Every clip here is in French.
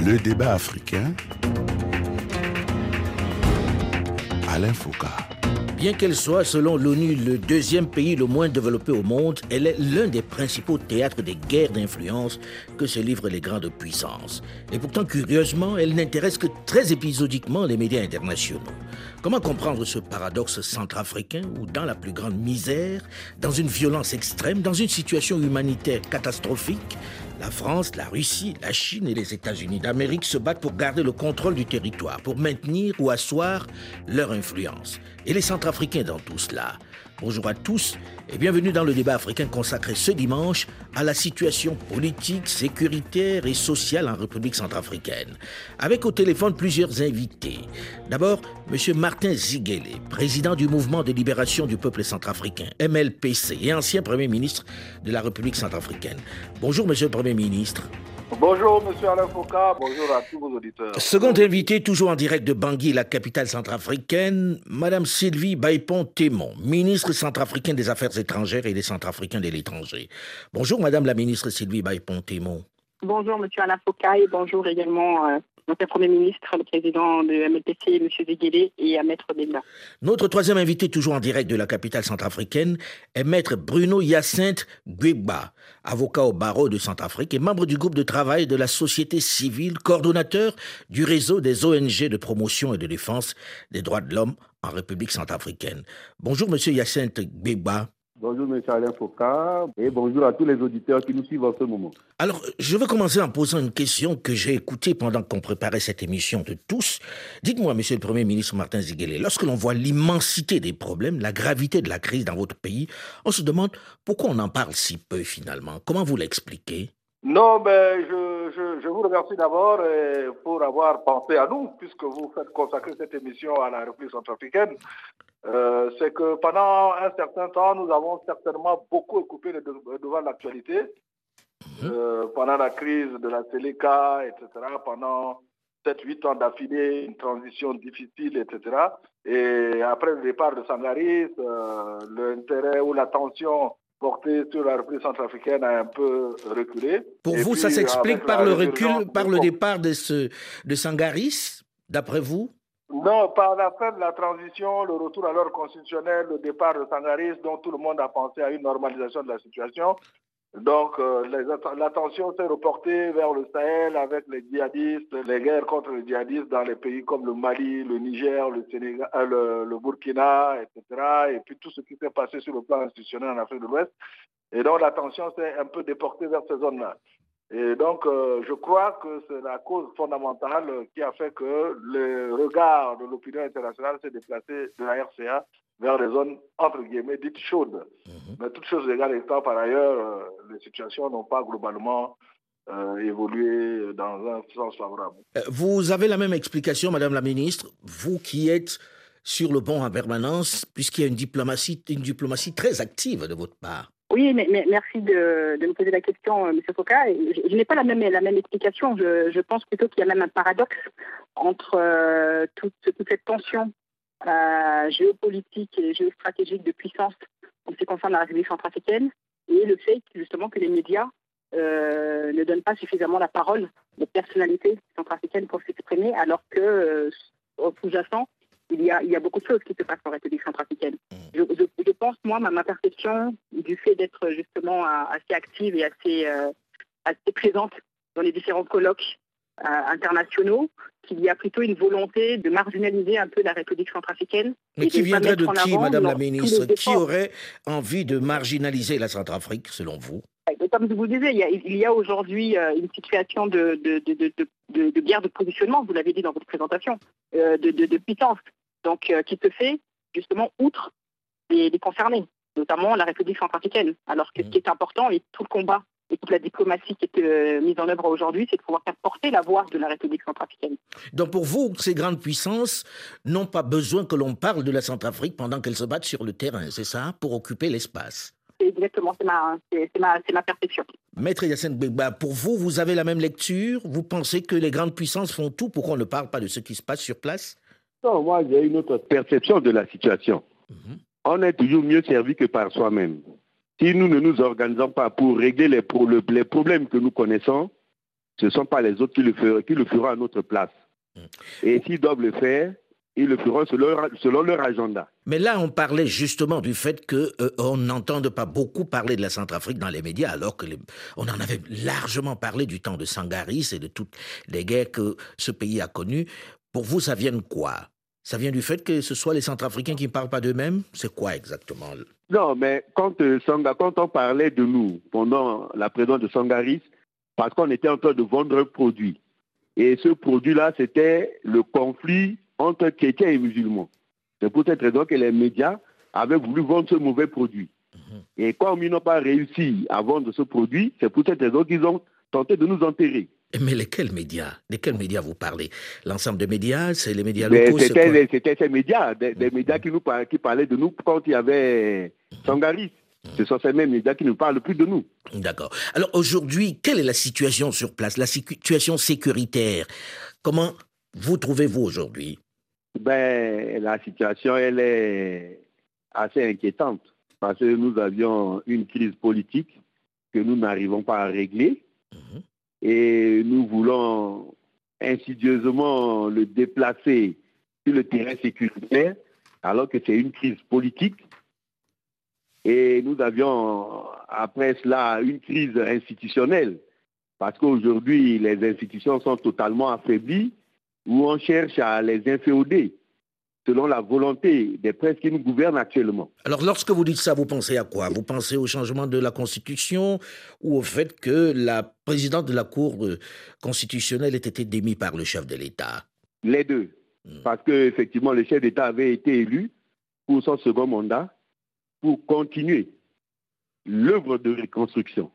Le débat africain, Alain Foucault. Bien qu'elle soit, selon l'ONU, le deuxième pays le moins développé au monde, elle est l'un des principaux théâtres des guerres d'influence que se livrent les grandes puissances. Et pourtant, curieusement, elle n'intéresse que très épisodiquement les médias internationaux. Comment comprendre ce paradoxe centrafricain où, dans la plus grande misère, dans une violence extrême, dans une situation humanitaire catastrophique, la France, la Russie, la Chine et les États-Unis d'Amérique se battent pour garder le contrôle du territoire, pour maintenir ou asseoir leur influence. Et les Centrafricains dans tout cela. Bonjour à tous et bienvenue dans le débat africain consacré ce dimanche à la situation politique, sécuritaire et sociale en République centrafricaine. Avec au téléphone plusieurs invités. D'abord, M. Martin Ziguélé, président du Mouvement de libération du peuple centrafricain, MLPC, et ancien Premier ministre de la République centrafricaine. Bonjour, Monsieur le Premier ministre. Bonjour, monsieur Alain Foucault. Bonjour à tous vos auditeurs. Second invité, toujours en direct de Bangui, la capitale centrafricaine, Madame Sylvie Baïpon-Témon, ministre centrafricaine des Affaires étrangères et des Centrafricains de l'étranger. Bonjour, Madame la ministre Sylvie Baïpon-Témon. Bonjour, monsieur Alain Foucault, et bonjour également notre Premier ministre, le président de MLPC, monsieur Ziguélé, et à Maître Bemba. Notre troisième invité, toujours en direct de la capitale centrafricaine, est Maître Bruno Hyacinthe Gbegba, avocat au barreau de Centrafrique et membre du groupe de travail de la société civile, coordonnateur du réseau des ONG de promotion et de défense des droits de l'homme en République centrafricaine. Bonjour, monsieur Hyacinthe Gbegba. Bonjour, M. Alain Foucault, et bonjour à tous les auditeurs qui nous suivent en ce moment. Alors, je vais commencer en posant une question que j'ai écoutée pendant qu'on préparait cette émission de tous. Dites-moi, Monsieur le Premier ministre Martin Ziguélé, lorsque l'on voit l'immensité des problèmes, la gravité de la crise dans votre pays, on se demande pourquoi on en parle si peu finalement. Comment vous l'expliquez ? Non, je vous remercie d'abord pour avoir pensé à nous, puisque vous faites consacrer cette émission à la République centrafricaine. C'est que pendant un certain temps, nous avons certainement beaucoup occupé devant l'actualité. Pendant la crise de la Séléka, etc., pendant 7-8 ans d'affilée, une transition difficile, etc. Et après le départ de Sangaris, l'intérêt ou l'attention portée sur la République centrafricaine a un peu reculé. Pour et vous, puis, ça s'explique par le recul, par le départ de Sangaris, d'après vous ? Non, par la fin de la transition, le retour à l'ordre constitutionnel, le départ de Sangaris, dont tout le monde a pensé à une normalisation de la situation. Donc, l'attention s'est reportée vers le Sahel avec les djihadistes, les guerres contre les djihadistes dans les pays comme le Mali, le Niger, le Sénégal, le Burkina, etc. Et puis tout ce qui s'est passé sur le plan institutionnel en Afrique de l'Ouest. Et donc, l'attention s'est un peu déportée vers ces zones-là. Et donc, je crois que c'est la cause fondamentale qui a fait que le regard de l'opinion internationale s'est déplacé de la RCA vers des zones, entre guillemets, dites chaudes. Mais toutes choses égales étant, par ailleurs, les situations n'ont pas globalement évolué dans un sens favorable. Vous avez la même explication, Madame la ministre, vous qui êtes sur le pont en permanence, puisqu'il y a une diplomatie très active de votre part. Oui, mais merci de me poser la question, M. Foucault. Je n'ai pas la même explication. Je pense plutôt qu'il y a même un paradoxe entre toute cette tension géopolitique et géostratégique de puissance en ce qui concerne la République centrafricaine et le fait justement que les médias ne donnent pas suffisamment la parole aux personnalités centrafricaines pour s'exprimer, alors que au sous-jacent, il y a beaucoup de choses qui se passent en République centrafricaine. Je pense, moi, ma perception du fait d'être justement assez active et assez présente dans les différents colloques internationaux, qu'il y a plutôt une volonté de marginaliser un peu la République centrafricaine. Mais qui viendrait de qui, Madame la ministre ? Qui aurait envie de marginaliser la Centrafrique, selon vous ? Comme je vous disais, il y a aujourd'hui une situation de guerre de positionnement, vous l'avez dit dans votre présentation, de puissance, donc qui se fait justement outre les concernés, notamment la République centrafricaine. Alors que ce qui est important, et tout le combat et toute la diplomatie qui est mise en œuvre aujourd'hui, c'est de pouvoir faire porter la voix de la République centrafricaine. Donc pour vous, ces grandes puissances n'ont pas besoin que l'on parle de la Centrafrique pendant qu'elles se battent sur le terrain, c'est ça, pour occuper l'espace? Exactement, c'est ma perception. Maître Hyacinthe Gbegba, pour vous, vous avez la même lecture? Vous pensez que les grandes puissances font tout pour qu'on ne parle pas de ce qui se passe sur place? Non, moi j'ai une autre perception de la situation. On est toujours mieux servi que par soi-même. Si nous ne nous organisons pas pour régler les problèmes que nous connaissons, Ce ne sont pas les autres qui le feront à notre place. Et s'ils doivent le faire, ils le feront selon leur agenda. Mais là, on parlait justement du fait qu'on n'entende pas beaucoup parler de la Centrafrique dans les médias, alors que on en avait largement parlé du temps de Sangaris et de toutes les guerres que ce pays a connues. Pour vous, ça vient de quoi? Ça vient du fait que ce soit les Centrafricains qui ne parlent pas d'eux-mêmes? C'est quoi exactement? Non, mais quand on parlait de nous pendant la présidence de Sangaris, parce qu'on était en train de vendre un produit. Et ce produit-là, c'était le conflit entre chrétiens et musulmans. C'est pour cette raison que les médias avaient voulu vendre ce mauvais produit. Et comme ils n'ont pas réussi à vendre ce produit, c'est pour cette raison qu'ils ont tenté de nous enterrer. Mais lesquels médias? Desquels médias vous parlez? L'ensemble des médias? C'est les médias locaux? C'était ces médias, des médias qui parlaient de nous quand il y avait Sangaris. Ce sont ces mêmes médias qui ne parlent plus de nous. D'accord. Alors aujourd'hui, quelle est la situation sur place, la situation sécuritaire? Comment vous trouvez-vous aujourd'hui? La situation, elle est assez inquiétante parce que nous avions une crise politique que nous n'arrivons pas à régler et nous voulons insidieusement le déplacer sur le terrain sécuritaire alors que c'est une crise politique. Et nous avions, après cela, une crise institutionnelle, parce qu'aujourd'hui, les institutions sont totalement affaiblies, où on cherche à les inféoder, selon la volonté des princes qui nous gouvernent actuellement. Alors, lorsque vous dites ça, vous pensez à quoi? Vous pensez au changement de la Constitution ou au fait que la présidente de la Cour constitutionnelle ait été démise par le chef de l'État? Les deux. Parce qu'effectivement, le chef d'État avait été élu pour son second mandat, pour continuer l'œuvre de reconstruction.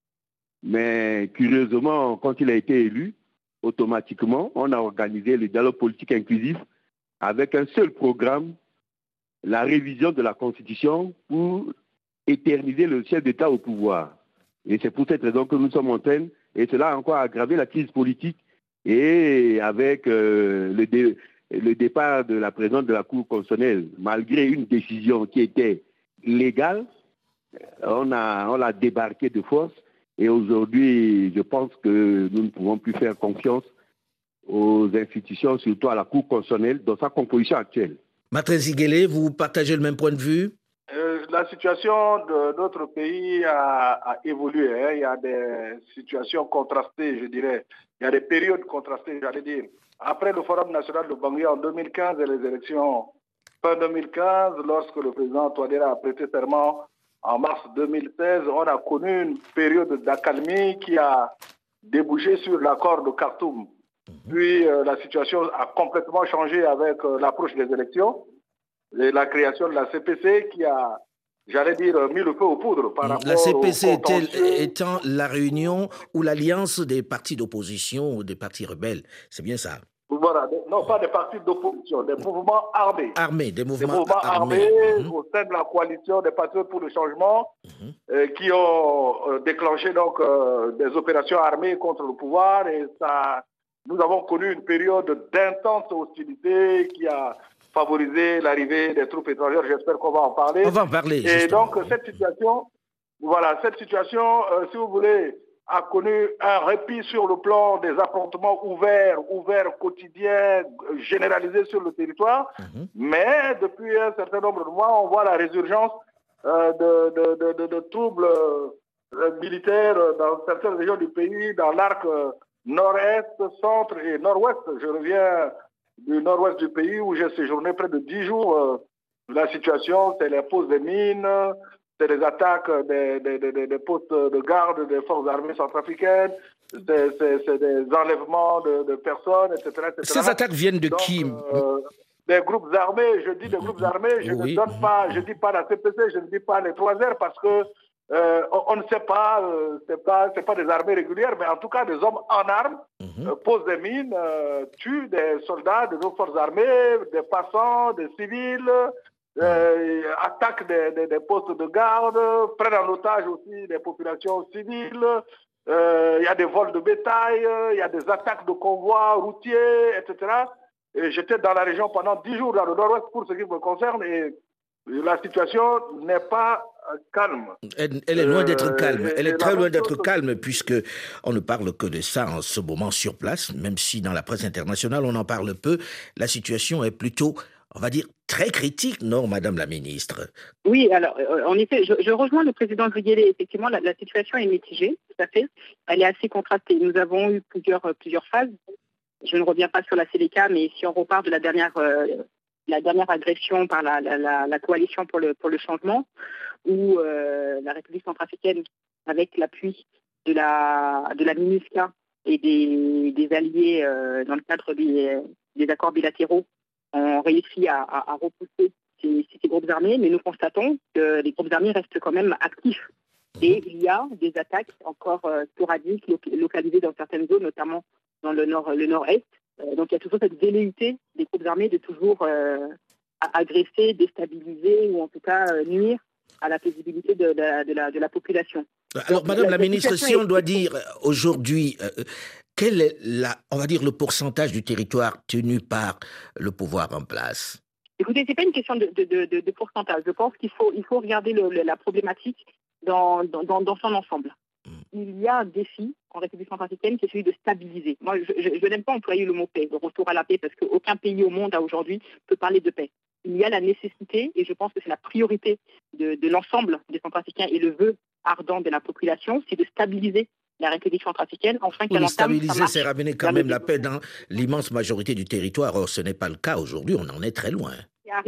Mais curieusement, quand il a été élu, automatiquement, on a organisé le dialogue politique inclusif avec un seul programme, la révision de la Constitution pour éterniser le chef d'État au pouvoir. Et c'est pour cette raison que nous sommes en train, et cela a encore aggravé la crise politique, et avec le départ de la présidente de la Cour constitutionnelle, malgré une décision qui était légale, on l'a débarqué de force. Et aujourd'hui, je pense que nous ne pouvons plus faire confiance aux institutions, surtout à la Cour constitutionnelle, dans sa composition actuelle. Maître Ziguélé, vous partagez le même point de vue? La situation de notre pays a évolué. Il y a des situations contrastées, je dirais. Il y a des périodes contrastées, j'allais dire. Après le Forum national de Bangui en 2015 et les élections fin 2015, lorsque le président Touadéra a prêté serment en mars 2016, on a connu une période d'accalmie qui a débouché sur l'accord de Khartoum. Puis la situation a complètement changé avec l'approche des élections et la création de la CPC qui a, j'allais dire, mis le feu aux poudres par rapport la CPC au étant la réunion ou l'alliance des partis d'opposition ou des partis rebelles. C'est bien ça? Voilà, non pas des partis d'opposition, des mouvements armés. Des mouvements armés au sein de la coalition des patriotes pour le changement qui ont déclenché donc des opérations armées contre le pouvoir et ça, nous avons connu une période d'intense hostilité qui a favorisé l'arrivée des troupes étrangères. J'espère qu'on va en parler. On va en parler. Et justement. donc cette situation, si vous voulez, a connu un répit sur le plan des affrontements ouverts, quotidiens, généralisés sur le territoire. Mais depuis un certain nombre de mois, on voit la résurgence de troubles militaires dans certaines régions du pays, dans l'arc nord-est, centre et nord-ouest. Je reviens du nord-ouest du pays où j'ai séjourné près de 10 jours. La situation, c'est les poses des mines, c'est les attaques des postes de garde des forces armées centrafricaines, c'est des enlèvements de personnes, etc., etc. Ces attaques viennent de qui? Des groupes armés, je dis des groupes armés, je ne donne pas, je dis pas la CPC, je ne dis pas les 3R parce que on ne sait pas, c'est pas des armées régulières, mais en tout cas des hommes en armes posent des mines, tuent des soldats de nos forces armées, des passants, des civils, attaquent des postes de garde, prennent en otage aussi des populations civiles. Il y a des vols de bétail, il y a des attaques de convois routiers, etc. J'étais dans la région pendant 10 jours dans le nord-ouest pour ce qui me concerne et la situation n'est pas calme. Elle est loin d'être calme. Elle est très loin d'être calme puisque on ne parle que de ça en ce moment sur place, même si dans la presse internationale on en parle peu. La situation est plutôt, on va dire, très critique, non, Madame la Ministre? Oui, alors, en effet, je rejoins le président Ziguélé. Effectivement, la situation est mitigée, tout à fait. Elle est assez contrastée. Nous avons eu plusieurs phases. Je ne reviens pas sur la Séléka, mais si on repart de la dernière agression par la coalition pour le changement, où la République centrafricaine, avec l'appui de la MINUSCA et des alliés dans le cadre des accords bilatéraux, ont réussi à repousser ces groupes armés, mais nous constatons que les groupes armés restent quand même actifs. Et il y a des attaques encore sporadiques, localisées dans certaines zones, notamment dans le nord-est. Donc il y a toujours cette velléité des groupes armés de toujours agresser, déstabiliser ou en tout cas nuire à la paisibilité de la population. Alors, donc, Madame la Ministre, si on doit dire aujourd'hui, quel est on va dire le pourcentage du territoire tenu par le pouvoir en place? Écoutez, c'est pas une question de pourcentage. Je pense qu'il faut regarder la problématique dans son ensemble. Il y a un défi en République centrafricaine qui est celui de stabiliser. Moi, je n'aime pas employer le mot paix, le retour à la paix, parce qu'aucun pays au monde aujourd'hui peut parler de paix. Il y a la nécessité, et je pense que c'est la priorité de l'ensemble des Centrafricains et le vœu ardent de la population, c'est de stabiliser la République centrafricaine, enfin qu'elle entame stabiliser, c'est ramener quand même la paix dans l'immense majorité du territoire. Or, ce n'est pas le cas aujourd'hui, on en est très loin.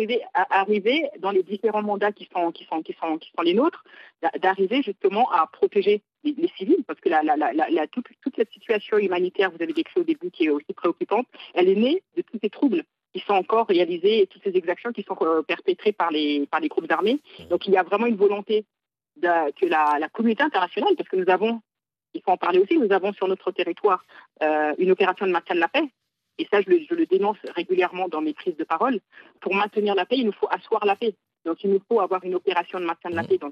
Arriver dans les différents mandats qui sont les nôtres, d'arriver justement à protéger les civils, parce que toute cette situation humanitaire, vous avez décrit au début, qui est aussi préoccupante, elle est née de tous ces troubles qui sont encore réalisés et toutes ces exactions qui sont perpétrées par les groupes armés. Donc il y a vraiment une volonté que la communauté internationale, parce que nous avons, il faut en parler aussi, nous avons sur notre territoire une opération de maintien de la paix. Et ça, je le dénonce régulièrement dans mes prises de parole. Pour maintenir la paix, il nous faut asseoir la paix. Donc, il nous faut avoir une opération de maintien de la paix dans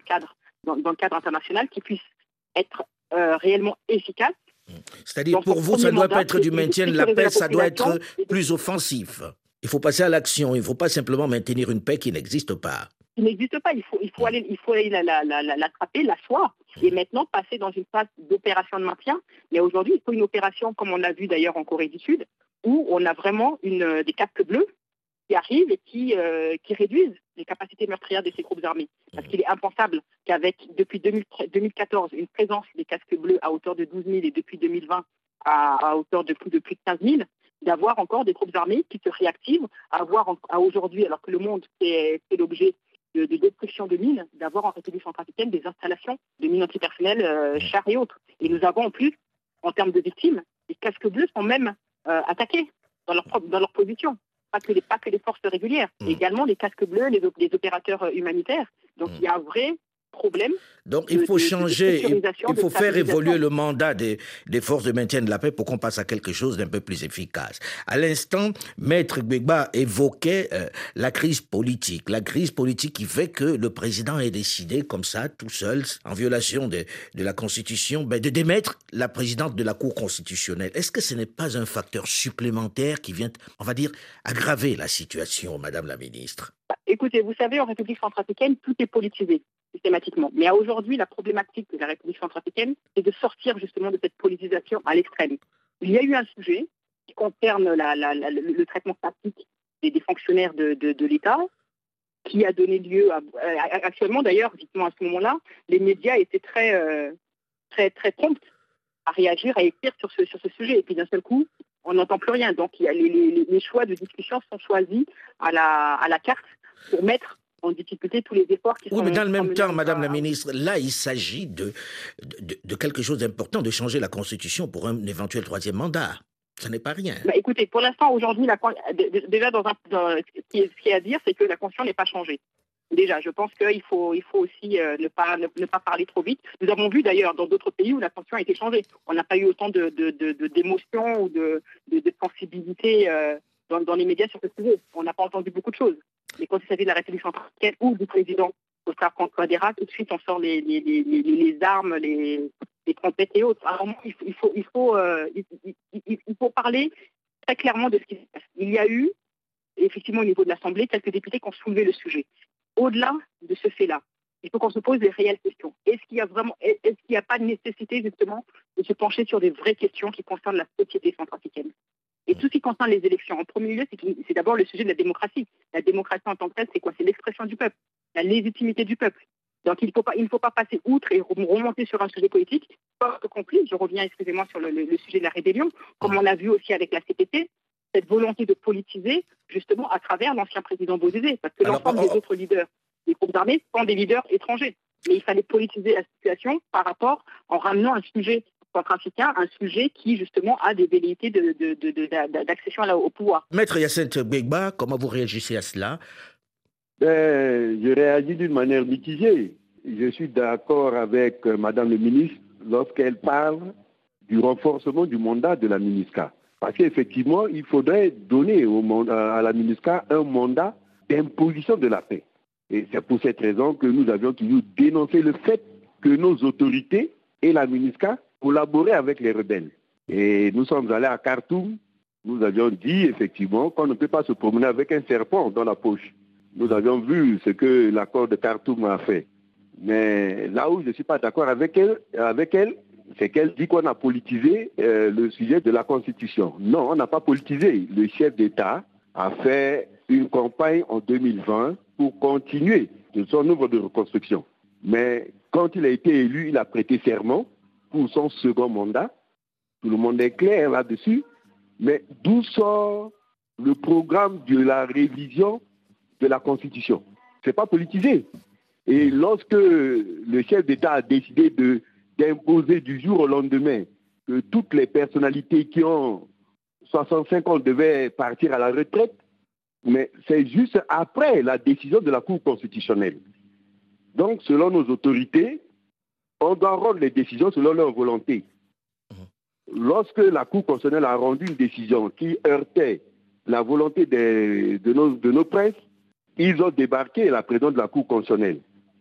le cadre international qui puisse être réellement efficace. C'est-à-dire, pour vous, ça ne doit pas être du maintien de la paix, ça doit être plus offensif. Il faut passer à l'action. Il ne faut pas simplement maintenir une paix qui n'existe pas. Qui n'existe pas. Il faut aller l'attraper, l'asseoir, et maintenant passer dans une phase d'opération de maintien. Mais aujourd'hui, il faut une opération, comme on l'a vu d'ailleurs en Corée du Sud, où on a vraiment des casques bleus qui arrivent et qui réduisent les capacités meurtrières de ces groupes armés. Parce qu'il est impensable qu'avec, depuis 2014, une présence des casques bleus à hauteur de 12 000 et depuis 2020 à hauteur de plus de 15 000, d'avoir encore des groupes armés qui se réactivent, à aujourd'hui, alors que le monde fait l'objet de destruction de mines, d'avoir en République centrafricaine des installations de mines antipersonnelles chars et autres. Et nous avons en plus, en termes de victimes, les casques bleus sont même attaqués dans leur position. Pas que les forces régulières, mais également les casques bleus, les opérateurs humanitaires. Donc il y a un vrai problème. Donc il faut changer, il faut faire évoluer le mandat des forces de maintien de la paix pour qu'on passe à quelque chose d'un peu plus efficace. À l'instant, Maître Gbagba évoquait la crise politique qui fait que le président ait décidé comme ça, tout seul, en violation de la Constitution, de démettre la présidente de la Cour constitutionnelle. Est-ce que ce n'est pas un facteur supplémentaire qui vient, on va dire, aggraver la situation, Madame la Ministre? Écoutez, vous savez, en République centrafricaine, tout est politisé systématiquement. Mais aujourd'hui, la problématique de la République centrafricaine, c'est de sortir justement de cette politisation à l'extrême. Il y a eu un sujet qui concerne le traitement pratique des fonctionnaires de l'État, qui a donné lieu actuellement, d'ailleurs, justement à ce moment-là, les médias étaient très prompts à réagir, à écrire sur ce sujet. Et puis d'un seul coup, on n'entend plus rien. Donc il y a les choix de discussion sont choisis à la carte pour mettre en difficulté tous les efforts qui sont... Oui, mais dans le même temps, Madame la Ministre, là, il s'agit de quelque chose d'important, de changer la Constitution pour un éventuel troisième mandat. Ce n'est pas rien. Écoutez, pour l'instant, aujourd'hui, déjà, ce qui est à dire, c'est que la Constitution n'est pas changée. Déjà, je pense qu'il faut aussi ne pas parler trop vite. Nous avons vu d'ailleurs dans d'autres pays où la Constitution a été changée. On n'a pas eu autant d'émotions ou de sensibilité dans les médias sur ce sujet. On n'a pas entendu beaucoup de choses. Mais quand il s'agit de la République centrafricaine ou du président Ousmane Touadéra, tout de suite on sort les armes, les trompettes et autres. Alors, il faut parler très clairement de ce qui se passe. Il y a eu, effectivement, au niveau de l'Assemblée, quelques députés qui ont soulevé le sujet. Au-delà de ce fait-là, il faut qu'on se pose des réelles questions. Est-ce qu'il n'y a pas de nécessité justement de se pencher sur des vraies questions qui concernent la société centrafricaine? Et tout ce qui concerne les élections, en premier lieu, c'est d'abord le sujet de la démocratie. La démocratie en tant que telle, c'est quoi? C'est l'expression du peuple, la légitimité du peuple. Donc il ne faut pas passer outre et remonter sur un sujet politique. Pas compris, je reviens, excusez-moi, sur le sujet de la rébellion, comme on a vu aussi avec la CPT, cette volonté de politiser, justement, à travers l'ancien président Bozizé, parce que l'ensemble des autres leaders des groupes armés sont des leaders étrangers. Mais il fallait politiser la situation par rapport, en ramenant un sujet centrafricain, un sujet qui, justement, a des velléités d'accession au pouvoir. Maître Hyacinthe Gbegba, comment vous réagissez à cela? Je réagis d'une manière mitigée. Je suis d'accord avec Madame le ministre lorsqu'elle parle du renforcement du mandat de la MINUSCA. Parce qu'effectivement, il faudrait donner à la MINUSCA un mandat d'imposition de la paix. Et c'est pour cette raison que nous avions toujours dénoncé le fait que nos autorités et la MINUSCA collaboraient avec les rebelles. Et nous sommes allés à Khartoum, nous avions dit effectivement qu'on ne peut pas se promener avec un serpent dans la poche. Nous avions vu ce que l'accord de Khartoum a fait. Mais là où je ne suis pas d'accord avec elle, c'est qu'elle dit qu'on a politisé le sujet de la Constitution. Non, on n'a pas politisé. Le chef d'État a fait une campagne en 2020 pour continuer de son œuvre de reconstruction. Mais quand il a été élu, il a prêté serment pour son second mandat. Tout le monde est clair là-dessus. Mais d'où sort le programme de la révision de la Constitution? Ce n'est pas politisé. Et lorsque le chef d'État a décidé d'imposer du jour au lendemain que toutes les personnalités qui ont 65 ans devaient partir à la retraite, mais c'est juste après la décision de la Cour constitutionnelle. Donc, selon nos autorités, on doit rendre les décisions selon leur volonté. Lorsque la Cour constitutionnelle a rendu une décision qui heurtait la volonté de nos princes, ils ont débarqué la présidente de la Cour constitutionnelle.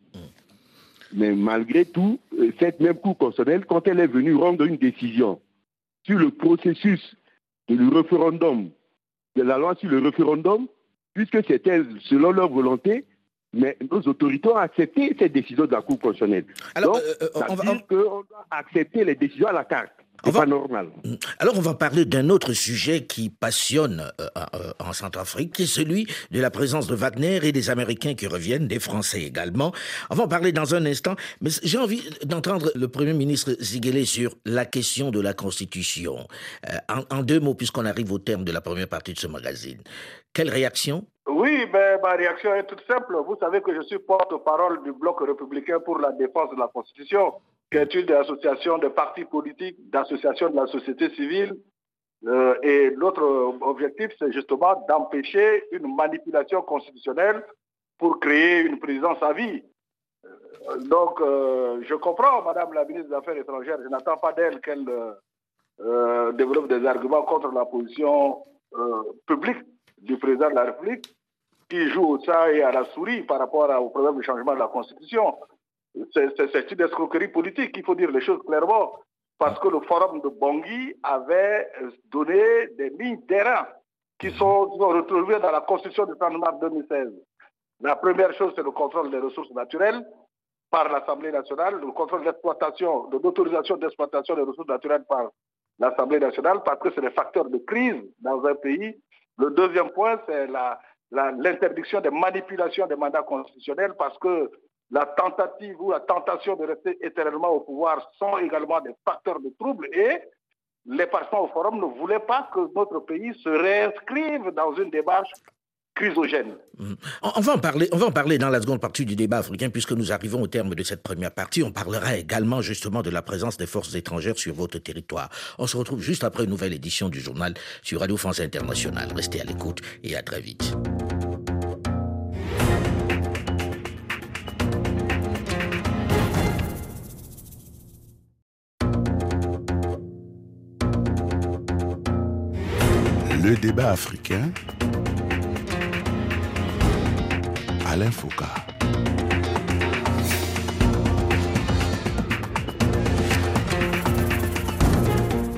Mais malgré tout, cette même Cour constitutionnelle, quand elle est venue rendre une décision sur le processus du référendum, de la loi sur le référendum, puisque c'était selon leur volonté, mais nos autorités ont accepté cette décision de la Cour constitutionnelle. Alors, donc, ça veut dire qu'on doit accepter les décisions à la carte. C'est pas normal. Alors, on va parler d'un autre sujet qui passionne en Centrafrique, qui est celui de la présence de Wagner et des Américains qui reviennent, des Français également. On va en parler dans un instant, mais j'ai envie d'entendre le Premier ministre Ziguélé sur la question de la Constitution. En deux mots, puisqu'on arrive au terme de la première partie de ce magazine. Quelle réaction? Oui, ben, ma réaction est toute simple. Vous savez que je suis porte-parole du Bloc républicain pour la défense de la Constitution, qui est une association de partis politiques, d'associations de la société civile. Et l'autre objectif, c'est justement d'empêcher une manipulation constitutionnelle pour créer une présidence à vie. Donc, je comprends, Madame la ministre des Affaires étrangères, je n'attends pas d'elle qu'elle développe des arguments contre la position publique du président de la République, qui joue au chat et à la souris par rapport au problème du changement de la Constitution. C'est une escroquerie politique, il faut dire les choses clairement, parce que le forum de Bangui avait donné des lignes d'airain qui sont retrouvées dans la Constitution du 30 mars 2016. La première chose, c'est le contrôle des ressources naturelles par l'Assemblée nationale, le contrôle d'exploitation, de l'autorisation d'exploitation des ressources naturelles par l'Assemblée nationale, parce que c'est des facteurs de crise dans un pays. Le deuxième point, c'est l'interdiction des manipulations des mandats constitutionnels, parce que la tentative ou la tentation de rester éternellement au pouvoir sont également des facteurs de trouble, et les participants au forum ne voulaient pas que notre pays se réinscrive dans une démarche chrysogène. On va en parler dans la seconde partie du débat africain, puisque nous arrivons au terme de cette première partie. On parlera également justement de la présence des forces étrangères sur votre territoire. On se retrouve juste après une nouvelle édition du journal sur Radio France Internationale. Restez à l'écoute et à très vite. Le débat africain, Alain Foucault.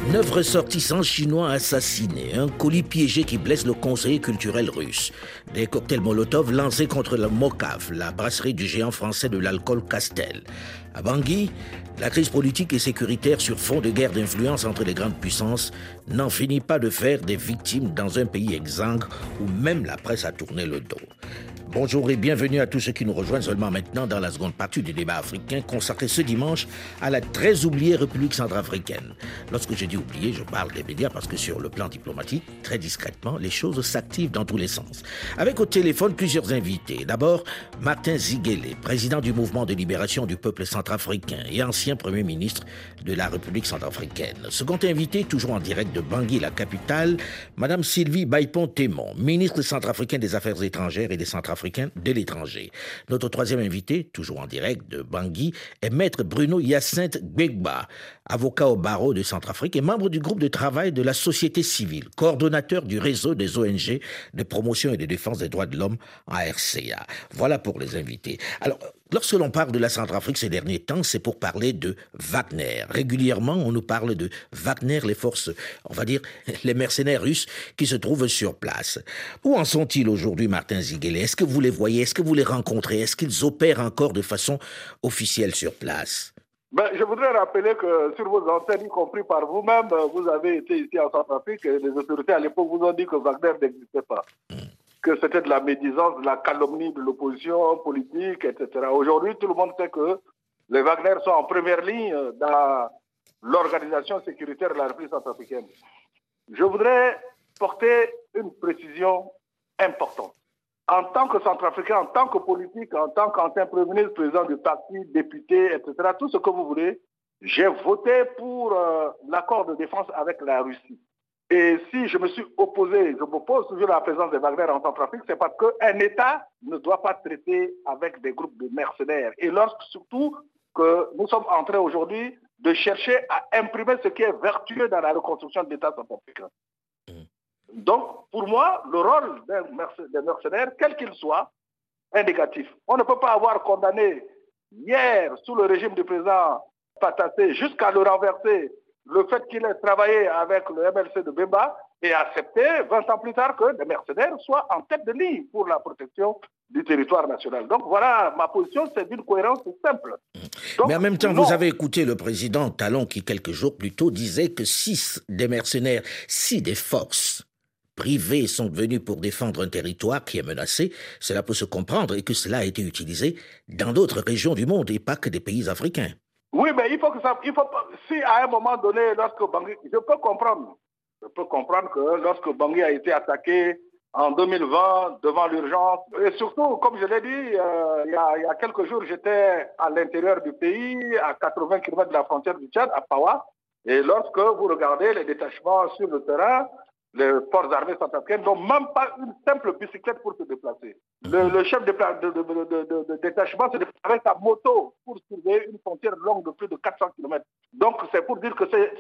9 ressortissants chinois assassinés, un colis piégé qui blesse le conseiller culturel russe, des cocktails Molotov lancés contre la Mocave, la brasserie du géant français de l'alcool Castel. À Bangui, la crise politique et sécuritaire sur fond de guerre d'influence entre les grandes puissances n'en finit pas de faire des victimes dans un pays exsangue où même la presse a tourné le dos. Bonjour et bienvenue à tous ceux qui nous rejoignent seulement maintenant dans la seconde partie du débat africain consacré ce dimanche à la très oubliée République centrafricaine. Lorsque je dis oubliée, je parle des médias parce que sur le plan diplomatique, très discrètement, les choses s'activent dans tous les sens. Avec au téléphone plusieurs invités. D'abord, Martin Ziguélé, président du mouvement de libération du peuple centrafricain et ancien premier ministre de la République centrafricaine. Second invité, toujours en direct de Bangui, la capitale, Madame Sylvie Baïpon-Témon, ministre centrafricain des Affaires étrangères et des Centrafricains de l'étranger. Notre troisième invité, toujours en direct de Bangui, est Maître Bruno Hyacinthe Gbegba, avocat au barreau de Centrafrique et membre du groupe de travail de la société civile, coordonnateur du réseau des ONG de promotion et de défense des droits de l'homme en RCA. Voilà pour les invités. Alors, lorsque l'on parle de la Centrafrique ces derniers temps, c'est pour parler de Wagner. Régulièrement, on nous parle de Wagner, les forces, on va dire, les mercenaires russes qui se trouvent sur place. Où en sont-ils aujourd'hui, Martin Ziguélé? Est-ce que vous les voyez? Est-ce que vous les rencontrez? Est-ce qu'ils opèrent encore de façon officielle sur place? Je voudrais rappeler que sur vos antennes, y compris par vous-même, vous avez été ici en Centrafrique et les autorités à l'époque vous ont dit que Wagner n'existait pas. Que c'était de la médisance, de la calomnie de l'opposition politique, etc. Aujourd'hui, tout le monde sait que les Wagner sont en première ligne dans l'organisation sécuritaire de la République centrafricaine. Je voudrais porter une précision importante. En tant que Centrafricain, en tant que politique, en tant qu'ancien Premier ministre, président du parti, député, etc., tout ce que vous voulez, j'ai voté pour l'accord de défense avec la Russie. Et si je me suis opposé, je m'oppose toujours à la présence des Wagner en Centrafrique, c'est parce qu'un État ne doit pas traiter avec des groupes de mercenaires. Et lorsque surtout que nous sommes en train aujourd'hui de chercher à imprimer ce qui est vertueux dans la reconstruction de l'État centrafricain. Donc, pour moi, le rôle des mercenaires, quel qu'il soit, est négatif. On ne peut pas avoir condamné hier, sous le régime du président Patassé, jusqu'à le renverser, le fait qu'il ait travaillé avec le MLC de Bemba et accepter 20 ans plus tard que des mercenaires soient en tête de ligne pour la protection du territoire national. Donc voilà, ma position, c'est d'une cohérence simple. Donc, mais en même temps, vous avez écouté le président Talon qui, quelques jours plus tôt, disait que si des mercenaires, si des forces privées sont venues pour défendre un territoire qui est menacé, cela peut se comprendre et que cela a été utilisé dans d'autres régions du monde et pas que des pays africains. Oui, mais si à un moment donné, lorsque Bangui, je peux comprendre que lorsque Bangui a été attaqué en 2020 devant l'urgence, et surtout, comme je l'ai dit, il y a quelques jours, j'étais à l'intérieur du pays, à 80 km de la frontière du Tchad, à Pawa, et lorsque vous regardez les détachements sur le terrain, les forces armées centrafricaines n'ont même pas une simple bicyclette pour se déplacer. Le chef de détachement se déplace avec sa moto pour surveiller une frontière longue de plus de 400 km. Donc c'est pour dire que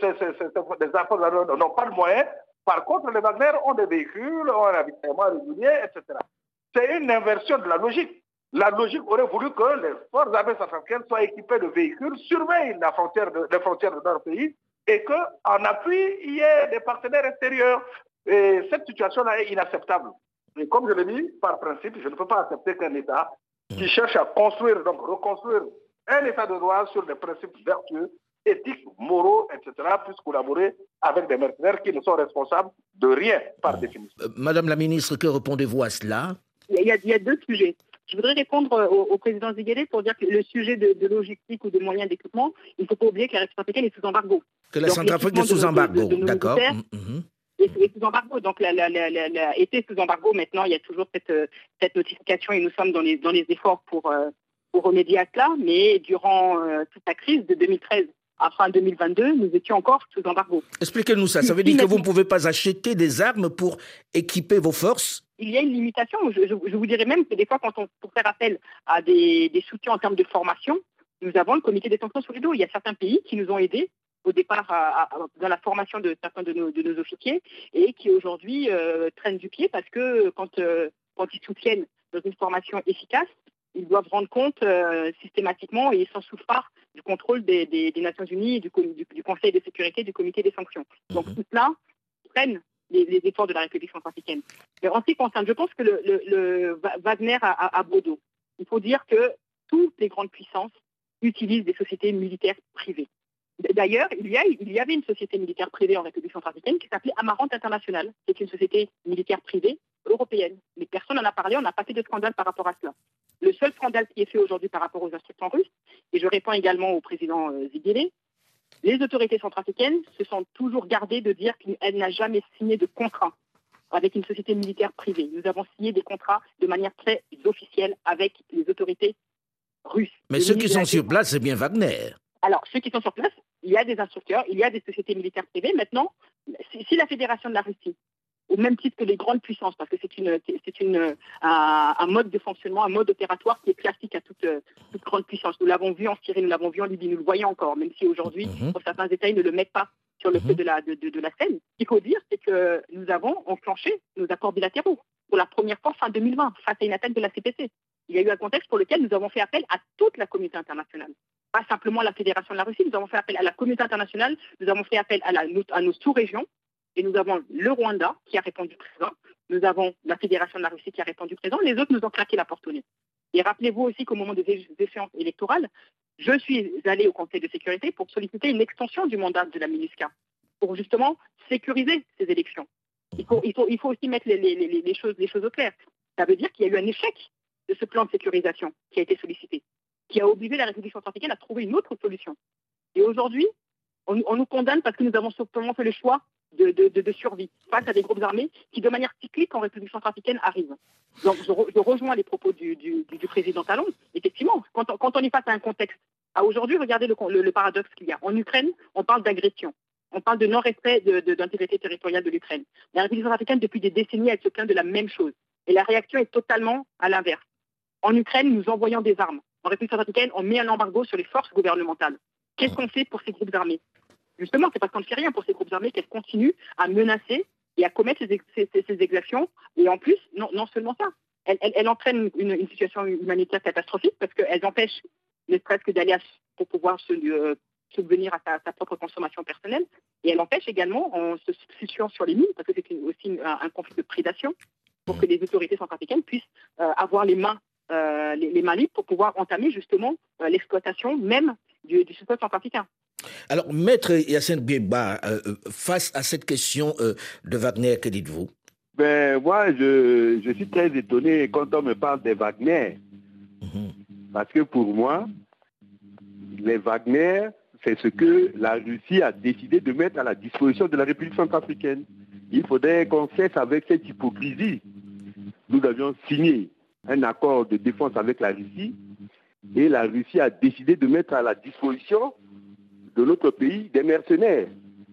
les forces armées n'ont pas de moyens. Par contre, les Wagner ont des véhicules, ont un ravitaillement régulier, etc. C'est une inversion de la logique. La logique aurait voulu que les forces armées centrafricaines soient équipées de véhicules, surveillent les frontières de leur pays et qu'en appui, il y ait des partenaires extérieurs. Et cette situation-là est inacceptable. Et comme je l'ai dit, par principe, je ne peux pas accepter qu'un État qui cherche à construire, donc reconstruire un État de droit sur des principes vertueux, éthiques, moraux, etc., puisse collaborer avec des mercenaires qui ne sont responsables de rien, par définition. Madame la ministre, que répondez-vous à cela? Il y a deux sujets. Je voudrais répondre au président Ziguélé pour dire que le sujet de logistique ou de moyens d'équipement, il ne faut pas oublier que la République centrafricaine est sous embargo. Que la Centrafrique est sous embargo, d'accord. Et sous embargo, donc était sous embargo. Maintenant, il y a toujours cette notification et nous sommes dans les efforts pour remédier à cela. Mais durant toute la crise de 2013 à fin 2022, nous étions encore sous embargo. Expliquez-nous ça. Ça veut dire que vous ne pouvez pas acheter des armes pour équiper vos forces? Il y a une limitation. Je vous dirais même que des fois, pour faire appel à des soutiens en termes de formation, nous avons le comité des sanctions sur les dos. Il y a certains pays qui nous ont aidés au départ dans la formation de certains de nos officiers et qui aujourd'hui traînent du pied parce que quand ils soutiennent dans une formation efficace, ils doivent rendre compte systématiquement et sans souffrir du contrôle des Nations Unies, du Conseil de sécurité, du Comité des sanctions. Donc tout cela freine les efforts de la République centrafricaine. Mais en ce qui concerne, je pense que le Wagner a beau dos. Il faut dire que toutes les grandes puissances utilisent des sociétés militaires privées. D'ailleurs, il y avait une société militaire privée en République centrafricaine qui s'appelait Amarante International. C'est une société militaire privée européenne. Mais personne n'en a parlé, on n'a pas fait de scandale par rapport à cela. Le seul scandale qui est fait aujourd'hui par rapport aux instructions russes, et je réponds également au président Ziguélé, les autorités centrafricaines se sont toujours gardées de dire qu'elle n'a jamais signé de contrat avec une société militaire privée. Nous avons signé des contrats de manière très officielle avec les autorités russes. Mais ceux qui sont sur place, c'est bien Wagner. Alors, ceux qui sont sur place, il y a des instructeurs, il y a des sociétés militaires privées. Maintenant, si la Fédération de la Russie, au même titre que les grandes puissances, parce que c'est un mode de fonctionnement, un mode opératoire qui est classique à toute grande puissance. Nous l'avons vu en Syrie, nous l'avons vu en Libye, nous le voyons encore, même si aujourd'hui, pour certains États, ils ne le mettent pas sur le feu de la scène. Ce qu'il faut dire, c'est que nous avons enclenché nos accords bilatéraux pour la première fois fin 2020, face à une attaque de la CPC. Il y a eu un contexte pour lequel nous avons fait appel à toute la communauté internationale. Pas simplement à la Fédération de la Russie, nous avons fait appel à la communauté internationale, nous avons fait appel à nos sous-régions, et nous avons le Rwanda qui a répondu présent, nous avons la Fédération de la Russie qui a répondu présent, les autres nous ont claqué la porte au nez. Et rappelez-vous aussi qu'au moment des échéances électorales, je suis allé au Conseil de sécurité pour solliciter une extension du mandat de la MINUSCA, pour justement sécuriser ces élections. Il faut aussi mettre les choses au clair. Ça veut dire qu'il y a eu un échec de ce plan de sécurisation qui a été sollicité, qui a obligé la République centrafricaine à trouver une autre solution. Et aujourd'hui, on nous condamne parce que nous avons simplement fait le choix de survie face à des groupes armés qui, de manière cyclique, en République centrafricaine, arrivent. Donc, je rejoins les propos du président Talon. Effectivement, quand on est face à un contexte, à aujourd'hui, regardez le paradoxe qu'il y a. En Ukraine, on parle d'agression. On parle de non-respect d'intégrité territoriale de l'Ukraine. La République centrafricaine, depuis des décennies, elle se plaint de la même chose. Et la réaction est totalement à l'inverse. En Ukraine, nous envoyons des armes. En République centrafricaine, on met un embargo sur les forces gouvernementales. Qu'est-ce qu'on fait pour ces groupes armés ? Justement, c'est parce qu'on ne fait rien pour ces groupes armés qu'elles continuent à menacer et à commettre ces exactions. Et en plus, non seulement ça, elles entraînent une situation humanitaire catastrophique parce qu'elles empêchent ne serait-ce que d'aller pour pouvoir subvenir à sa propre consommation personnelle. Et elles empêchent également, en se situant sur les mines, parce que c'est aussi un conflit de prédation, pour que les autorités centrafricaines puissent avoir les mains libres pour pouvoir entamer justement l'exploitation même du sous-sol centrafricain. Alors, Maître Hyacinthe Bieba, face à cette question de Wagner, que dites-vous ? Moi, je suis très étonné quand on me parle des Wagner. Parce que pour moi, les Wagner, c'est ce que la Russie a décidé de mettre à la disposition de la République centrafricaine. Il faudrait qu'on cesse avec cette hypocrisie. Nous avions signé un accord de défense avec la Russie et la Russie a décidé de mettre à la disposition de notre pays des mercenaires.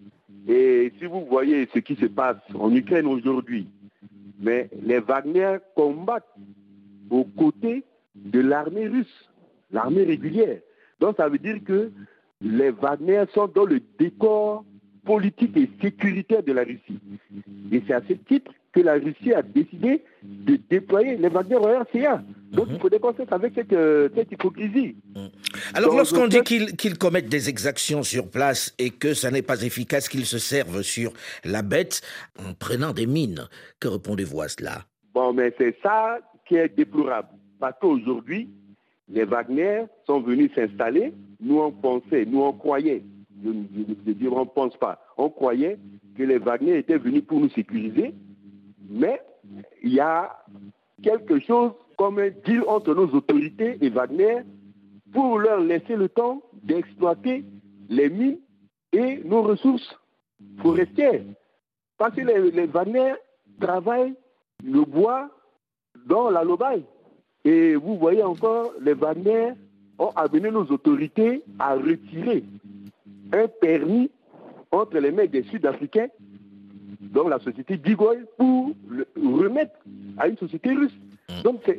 Et si vous voyez ce qui se passe en Ukraine aujourd'hui, mais les Wagner combattent aux côtés de l'armée russe, l'armée régulière. Donc ça veut dire que les Wagner sont dans le décor politique et sécuritaire de la Russie. Et c'est à ce titre que la Russie a décidé de déployer les Wagner au RCA. Donc il faut déconcer avec cette hypocrisie. Alors donc, lorsqu'on dit qu'ils commettent des exactions sur place et que ça n'est pas efficace, qu'ils se servent sur la bête en prenant des mines, que répondez-vous à cela ? Bon, mais c'est ça qui est déplorable. Parce qu'aujourd'hui, les Wagner sont venus s'installer. Nous, on croyait, je dis on ne pense pas, on croyait que les Wagner étaient venus pour nous sécuriser. Mais il y a quelque chose comme un deal entre nos autorités et Wagner pour leur laisser le temps d'exploiter les mines et nos ressources forestières. Parce que les Wagner travaillent le bois dans la Lobaye. Et vous voyez encore, les Wagner ont amené nos autorités à retirer un permis entre les mains des Sud-Africains, donc la société Digoy, pour le remettre à une société russe. Donc c'est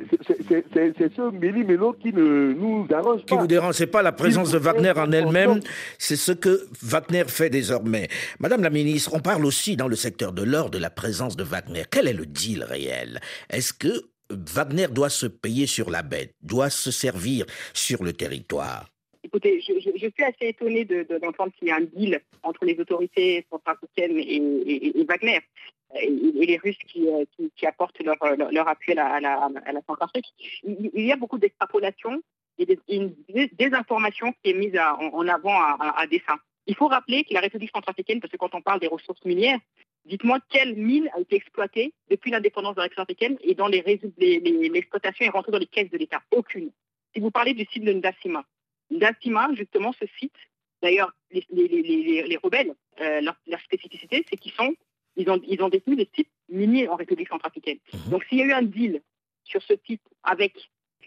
ce méli-mélo qui ne nous arrange pas. Qui vous dérange, c'est pas la présence de Wagner en elle-même, c'est ce que Wagner fait désormais. Madame la ministre, on parle aussi dans le secteur de l'or de la présence de Wagner. Quel est le deal réel ? Est-ce que Wagner doit se payer sur la bête, doit se servir sur le territoire. Écoutez, je suis assez étonnée d'entendre qu'il y a un deal entre les autorités centrafricaines et Wagner et les Russes qui apportent leur appui à la Centrafrique. Il y a beaucoup d'extrapolations et une désinformation qui est mise en avant à dessein. Il faut rappeler que la République centrafricaine, parce que quand on parle des ressources minières, dites-moi quelle mine a été exploitée depuis l'indépendance de la République centrafricaine et dans l'exploitation est rentrée dans les caisses de l'État. Aucune. Si vous parlez du site de Ndasima, justement, ce site, d'ailleurs, les rebelles, leur spécificité, c'est qu'ils ont détenu des sites miniers en République centrafricaine. Donc, s'il y a eu un deal sur ce type avec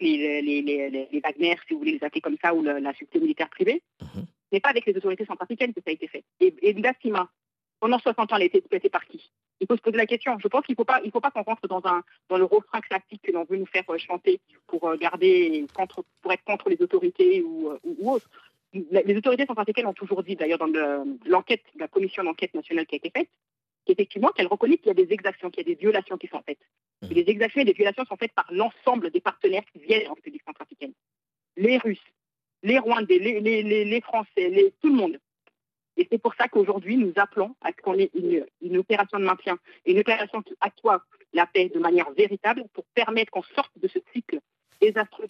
les Wagner, si vous voulez les appeler comme ça, ou la société militaire privée, ce n'est pas avec les autorités centrafricaines que ça a été fait. Et Ndasima, pendant 60 ans, elle a été exploitée par qui? Il faut se poser la question. Je pense qu'il ne faut pas qu'on rentre dans le refrain classique que l'on veut nous faire chanter pour être contre les autorités ou autres. Les autorités centrafricaines ont toujours dit, d'ailleurs, dans l'enquête, la commission d'enquête nationale qui a été faite, qu'effectivement, qu'elle reconnaît qu'il y a des exactions, qu'il y a des violations qui sont faites. Et les exactions et les violations sont faites par l'ensemble des partenaires qui viennent en République centrafricaine. Les Russes, les Rwandais, les Français, tout le monde. Et c'est pour ça qu'aujourd'hui, nous appelons à ce qu'on ait une opération de maintien, une opération qui assoie la paix de manière véritable pour permettre qu'on sorte de ce cycle désastreux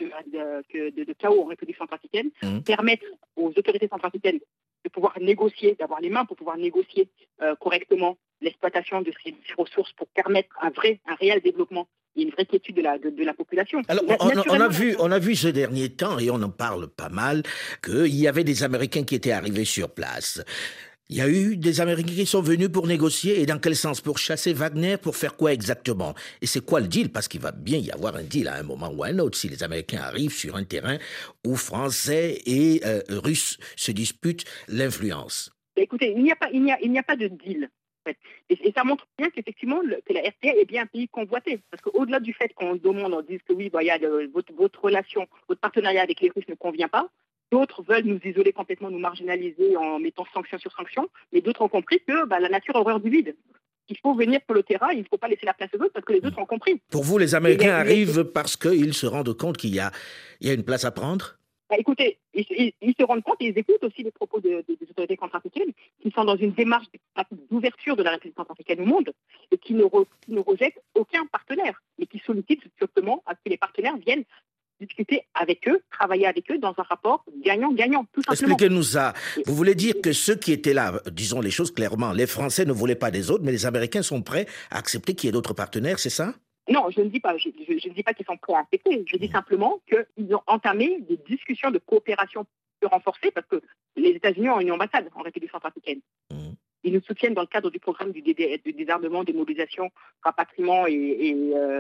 de chaos en République centrafricaine, permettre aux autorités centrafricaines de pouvoir négocier, d'avoir les mains pour pouvoir négocier correctement l'exploitation de ces ressources pour permettre un réel développement et une vraie quiétude de la population. Alors, on a vu ces derniers temps, et on en parle pas mal, qu'il y avait des Américains qui étaient arrivés sur place. Il y a eu des Américains qui sont venus pour négocier, et dans quel sens? Pour chasser Wagner, pour faire quoi exactement? Et c'est quoi le deal? Parce qu'il va bien y avoir un deal à un moment ou à un autre, si les Américains arrivent sur un terrain où Français et Russes se disputent l'influence. Écoutez, il n'y a pas de deal. En fait. Et ça montre bien qu'effectivement, que la RTA est bien un pays convoité. Parce qu'au-delà du fait qu'on demande, on dise que oui, votre relation, votre partenariat avec les Russes ne convient pas, d'autres veulent nous isoler complètement, nous marginaliser en mettant sanction sur sanction, mais d'autres ont compris que la nature a horreur du vide. Il faut venir pour le terrain, il ne faut pas laisser la place aux autres parce que les autres ont compris. Pour vous, les Américains arrivent parce qu'ils se rendent compte qu'il y a une place à prendre? Écoutez, ils se rendent compte et ils écoutent aussi les propos des autorités centrafricaines qui sont dans une démarche d'ouverture de la République centrafricaine au monde et qui ne rejettent aucun partenaire, mais qui sollicitent simplement à ce que les partenaires viennent discuter avec eux, travailler avec eux dans un rapport gagnant-gagnant, tout simplement. Expliquez-nous ça. Vous voulez dire que ceux qui étaient là, disons les choses clairement, les Français ne voulaient pas des autres, mais les Américains sont prêts à accepter qu'il y ait d'autres partenaires, c'est ça? Non, je ne dis pas. Je ne dis pas qu'ils sont prêts à accepter. Je dis simplement qu'ils ont entamé des discussions de coopération plus renforcées parce que les États-Unis ont une ambassade en République centrafricaine. Ils nous soutiennent dans le cadre du programme du désarmement, démobilisation, rapatriement et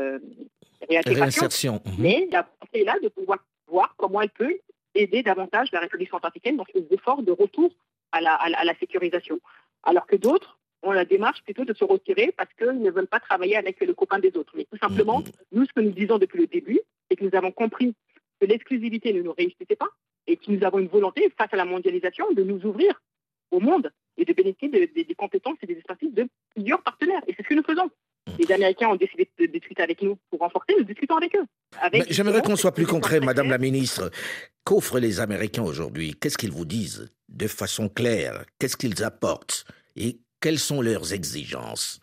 réinsertion. Mais la volonté est là de pouvoir voir comment elle peut aider davantage la République centrafricaine dans ses efforts de retour à la sécurisation. Alors que d'autres ont la démarche plutôt de se retirer parce qu'ils ne veulent pas travailler avec le copain des autres. Mais tout simplement, nous, ce que nous disons depuis le début, c'est que nous avons compris que l'exclusivité ne nous réussissait pas et que nous avons une volonté, face à la mondialisation, de nous ouvrir au monde et de bénéficier des compétences et des expertises de plusieurs partenaires. Et c'est ce que nous faisons. Les Américains ont décidé de discuter avec nous pour renforcer, nous discutons avec eux. J'aimerais qu'on soit plus concret, Madame la Ministre. Qu'offrent les Américains aujourd'hui? Qu'est-ce qu'ils vous disent de façon claire? Qu'est-ce qu'ils apportent? Et quelles sont leurs exigences?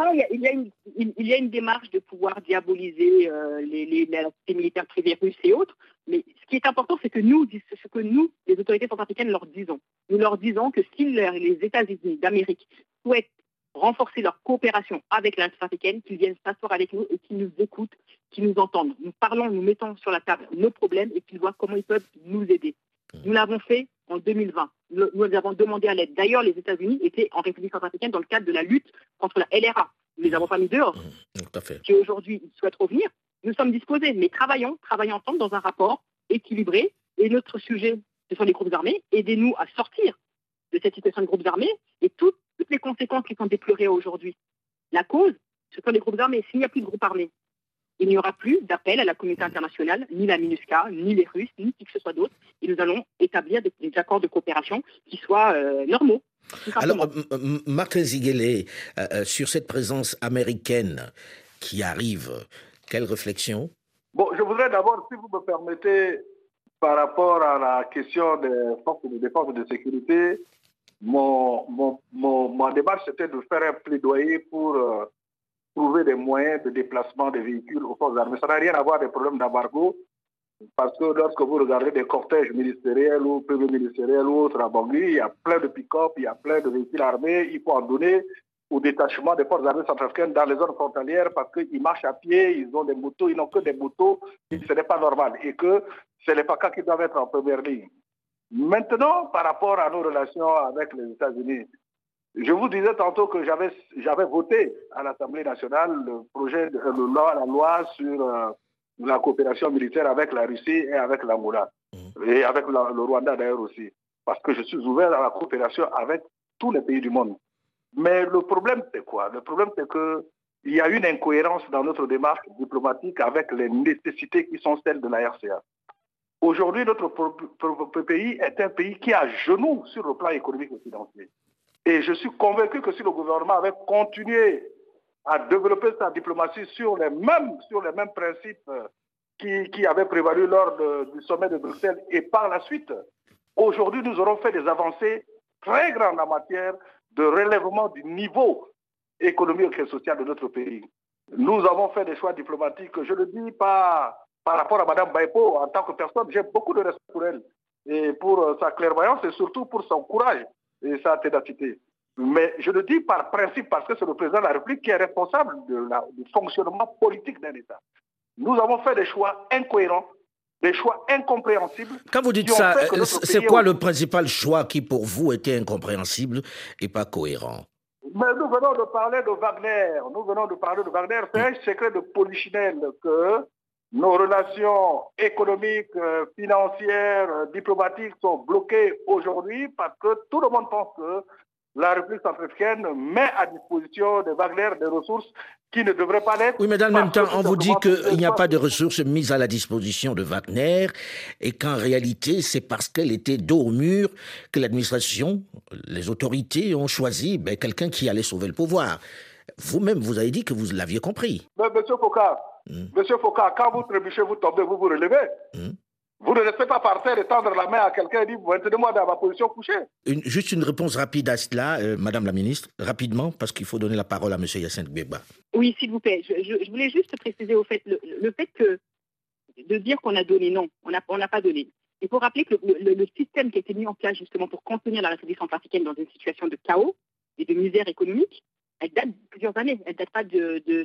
Il y a une démarche de pouvoir diaboliser les militaires privés russes et autres, mais ce qui est important, c'est que nous, les autorités centrafricaines, leur disons. Nous leur disons que si les États-Unis d'Amérique souhaitent renforcer leur coopération avec la République africaine, qu'ils viennent s'asseoir avec nous et qu'ils nous écoutent, qu'ils nous entendent. Nous parlons, nous mettons sur la table nos problèmes et qu'ils voient comment ils peuvent nous aider. Nous l'avons fait en 2020. Nous avons demandé à l'aide. D'ailleurs, les États-Unis étaient en République centrafricaine dans le cadre de la lutte contre la LRA. Nous ne les avons pas mis dehors. Tout à fait. Si aujourd'hui ils souhaitent revenir, nous sommes disposés. Mais travaillons ensemble dans un rapport équilibré. Et notre sujet, ce sont les groupes armés. Aidez-nous à sortir de cette situation de groupes armés et toutes les conséquences qui sont déplorées aujourd'hui. La cause, ce sont les groupes armés. S'il n'y a plus de groupes armés, il n'y aura plus d'appel à la communauté internationale, ni la MINUSCA, ni les Russes, ni qui que ce soit d'autre. Et nous allons établir des accords de coopération qui soient normaux. Alors, Martin Ziguélé, sur cette présence américaine qui arrive, Quelle réflexion? Bon, je voudrais d'abord, si vous me permettez, par rapport à la question des forces de défense et de sécurité, ma démarche, c'était de faire un plaidoyer pour trouver des moyens de déplacement des véhicules aux forces armées. Ça n'a rien à voir des problèmes d'embargo, parce que lorsque vous regardez des cortèges ministériels ou ministériels ou autres à Bangui, il y a plein de pick-up, il y a plein de véhicules armés, il faut en donner au détachement des forces armées centrafricaines dans les zones frontalières parce qu'ils marchent à pied, ils ont des motos, ils n'ont que des motos, et ce n'est pas normal. Et que c'est les PACA qui doivent être en première ligne. Maintenant, par rapport à nos relations avec les États-Unis, je vous disais tantôt que j'avais voté à l'Assemblée nationale le projet de la loi sur la coopération militaire avec la Russie et avec l'Angola. Et avec le Rwanda d'ailleurs aussi. Parce que je suis ouvert à la coopération avec tous les pays du monde. Mais le problème, c'est quoi? Le problème, c'est qu'il y a une incohérence dans notre démarche diplomatique avec les nécessités qui sont celles de la RCA. Aujourd'hui, notre pays est un pays qui est à genoux sur le plan économique et financier. Et je suis convaincu que si le gouvernement avait continué à développer sa diplomatie sur les mêmes principes qui avaient prévalu lors du sommet de Bruxelles et par la suite, aujourd'hui, nous aurons fait des avancées très grandes en matière de relèvement du niveau économique et social de notre pays. Nous avons fait des choix diplomatiques, je ne le dis pas par rapport à Mme Baipo en tant que personne, j'ai beaucoup de respect pour elle et pour sa clairvoyance et surtout pour son courage et sa ténacité. Mais je le dis par principe parce que c'est le président de la République qui est responsable du fonctionnement politique d'un État. Nous avons fait des choix incohérents, des choix incompréhensibles. Quand vous dites ça, c'est quoi le principal choix qui pour vous était incompréhensible et pas cohérent? Mais nous venons de parler de Wagner. C'est un secret de polichinelle que nos relations économiques, financières, diplomatiques sont bloquées aujourd'hui parce que tout le monde pense que la République centrafricaine met à disposition de Wagner des ressources qui ne devraient pas l'être. Oui, mais dans le même temps, on vous dit qu'il n'y a pas de ressources mises à la disposition de Wagner et qu'en réalité, c'est parce qu'elle était dos au mur que l'administration, les autorités ont choisi quelqu'un qui allait sauver le pouvoir. Vous-même, vous avez dit que vous l'aviez compris. Mais Monsieur Foucault, quand vous trébuchez, vous tombez, vous vous relevez. Vous ne restez pas par terre et tendre la main à quelqu'un et dire, maintenez-moi dans ma position couchée. Juste une réponse rapide à cela, Madame la Ministre, rapidement, parce qu'il faut donner la parole à Monsieur Hyacinthe Gbegba. Oui, s'il vous plaît. Je voulais juste préciser au fait, le fait que de dire qu'on a donné, non, on n'a pas donné. Il faut rappeler que le système qui a été mis en place justement pour contenir la République centrafricaine dans une situation de chaos et de misère économique, elle date de plusieurs années. Elle ne date pas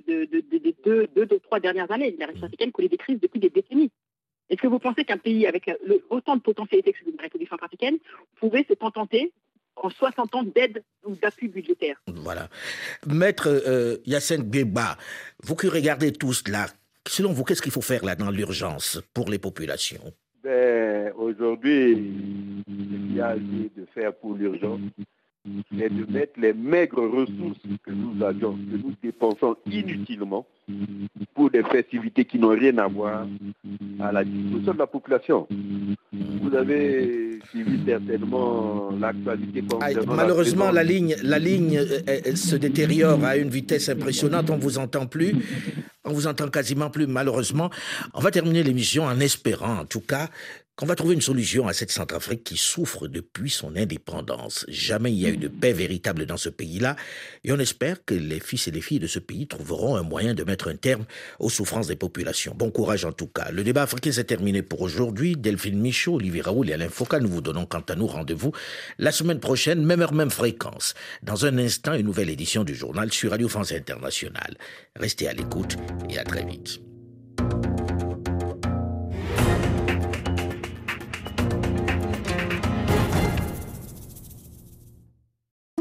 des 3 dernières années. La République centrafricaine connaît des crises depuis des décennies. Est-ce que vous pensez qu'un pays avec autant de potentialité que celui de la République centrafricaine pouvait se contenter en 60 ans d'aide ou d'appui budgétaire? Voilà. Maître Hyacinthe Gbegba, vous qui regardez tout cela, selon vous, qu'est-ce qu'il faut faire là dans l'urgence pour les populations? Aujourd'hui, ce qu'il y a lieu de faire pour l'urgence, c'est de mettre les maigres ressources que nous avions, que nous dépensons inutilement pour des festivités qui n'ont rien à voir à la disposition de la population. Vous avez suivi certainement l'actualité. Malheureusement, la ligne elle se détériore à une vitesse impressionnante. On vous entend plus. On vous entend quasiment plus, malheureusement. On va terminer l'émission en espérant, en tout cas, qu'on va trouver une solution à cette Centrafrique qui souffre depuis son indépendance. Jamais il y a eu de paix véritable dans ce pays-là. Et on espère que les fils et les filles de ce pays trouveront un moyen de mettre un terme aux souffrances des populations. Bon courage en tout cas. Le débat africain s'est terminé pour aujourd'hui. Delphine Michaud, Olivier Raoul et Alain Foucault, nous vous donnons quant à nous rendez-vous la semaine prochaine, même heure, même fréquence. Dans un instant, une nouvelle édition du journal sur Radio France Internationale. Restez à l'écoute et à très vite.